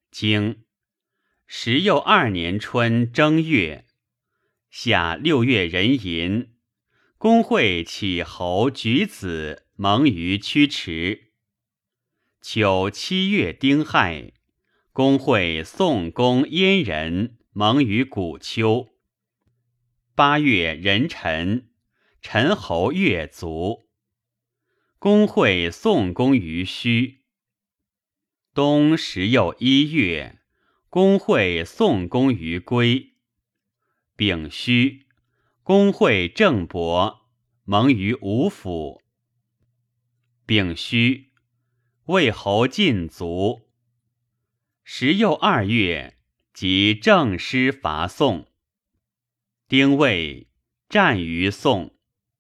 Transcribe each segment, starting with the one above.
经时又2年春正月，夏6月壬寅，公会启侯举子蒙于曲池。秋7月丁亥，公会宋公燕人蒙于古丘。8月壬辰，陈侯月卒。公会宋公于虚。冬时又1月，公会宋公于归。丙戌，公会郑伯蒙于吴府。丙戌，魏侯晋卒。时又2月，即郑师伐宋。丁未，战于宋。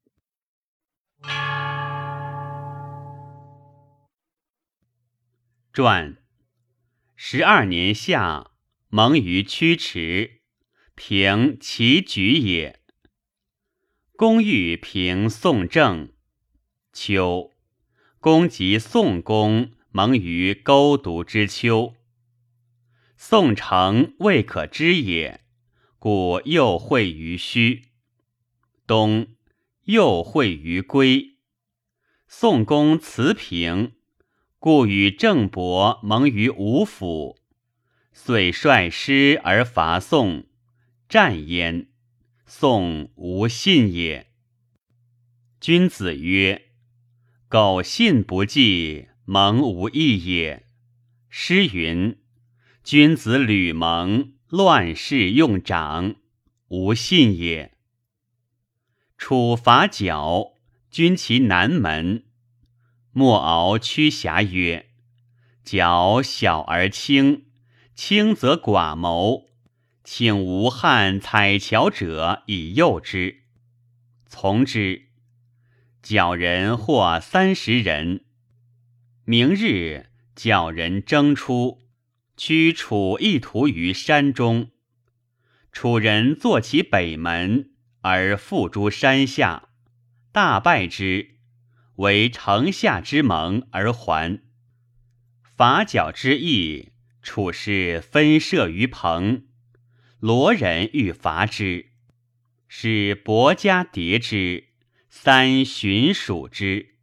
传12年夏，蒙于曲池，平齐举也。公欲平宋郑。秋，公及宋公蒙于勾渎之丘。宋城未可知也，故又会于虚。冬，又会于归。宋公辞平，故与郑伯蒙于吴府，遂率师而伐宋，战焉。宋无信也。君子曰：苟信不继，蒙无益也。诗云：君子吕蒙，乱世用长，无信也。楚伐角，军其南门。莫敖屈瑕曰：角小而轻，轻则寡谋，请吴汉采樵者以诱之。从之。角人或30人。明日，角人征出，驱楚一屠于山中。楚人坐其北门，而附诸山下，大败之，为城下之盟而还。伐角之役，楚师分射于彭。罗人欲伐之，使伯家迭之，3寻属之。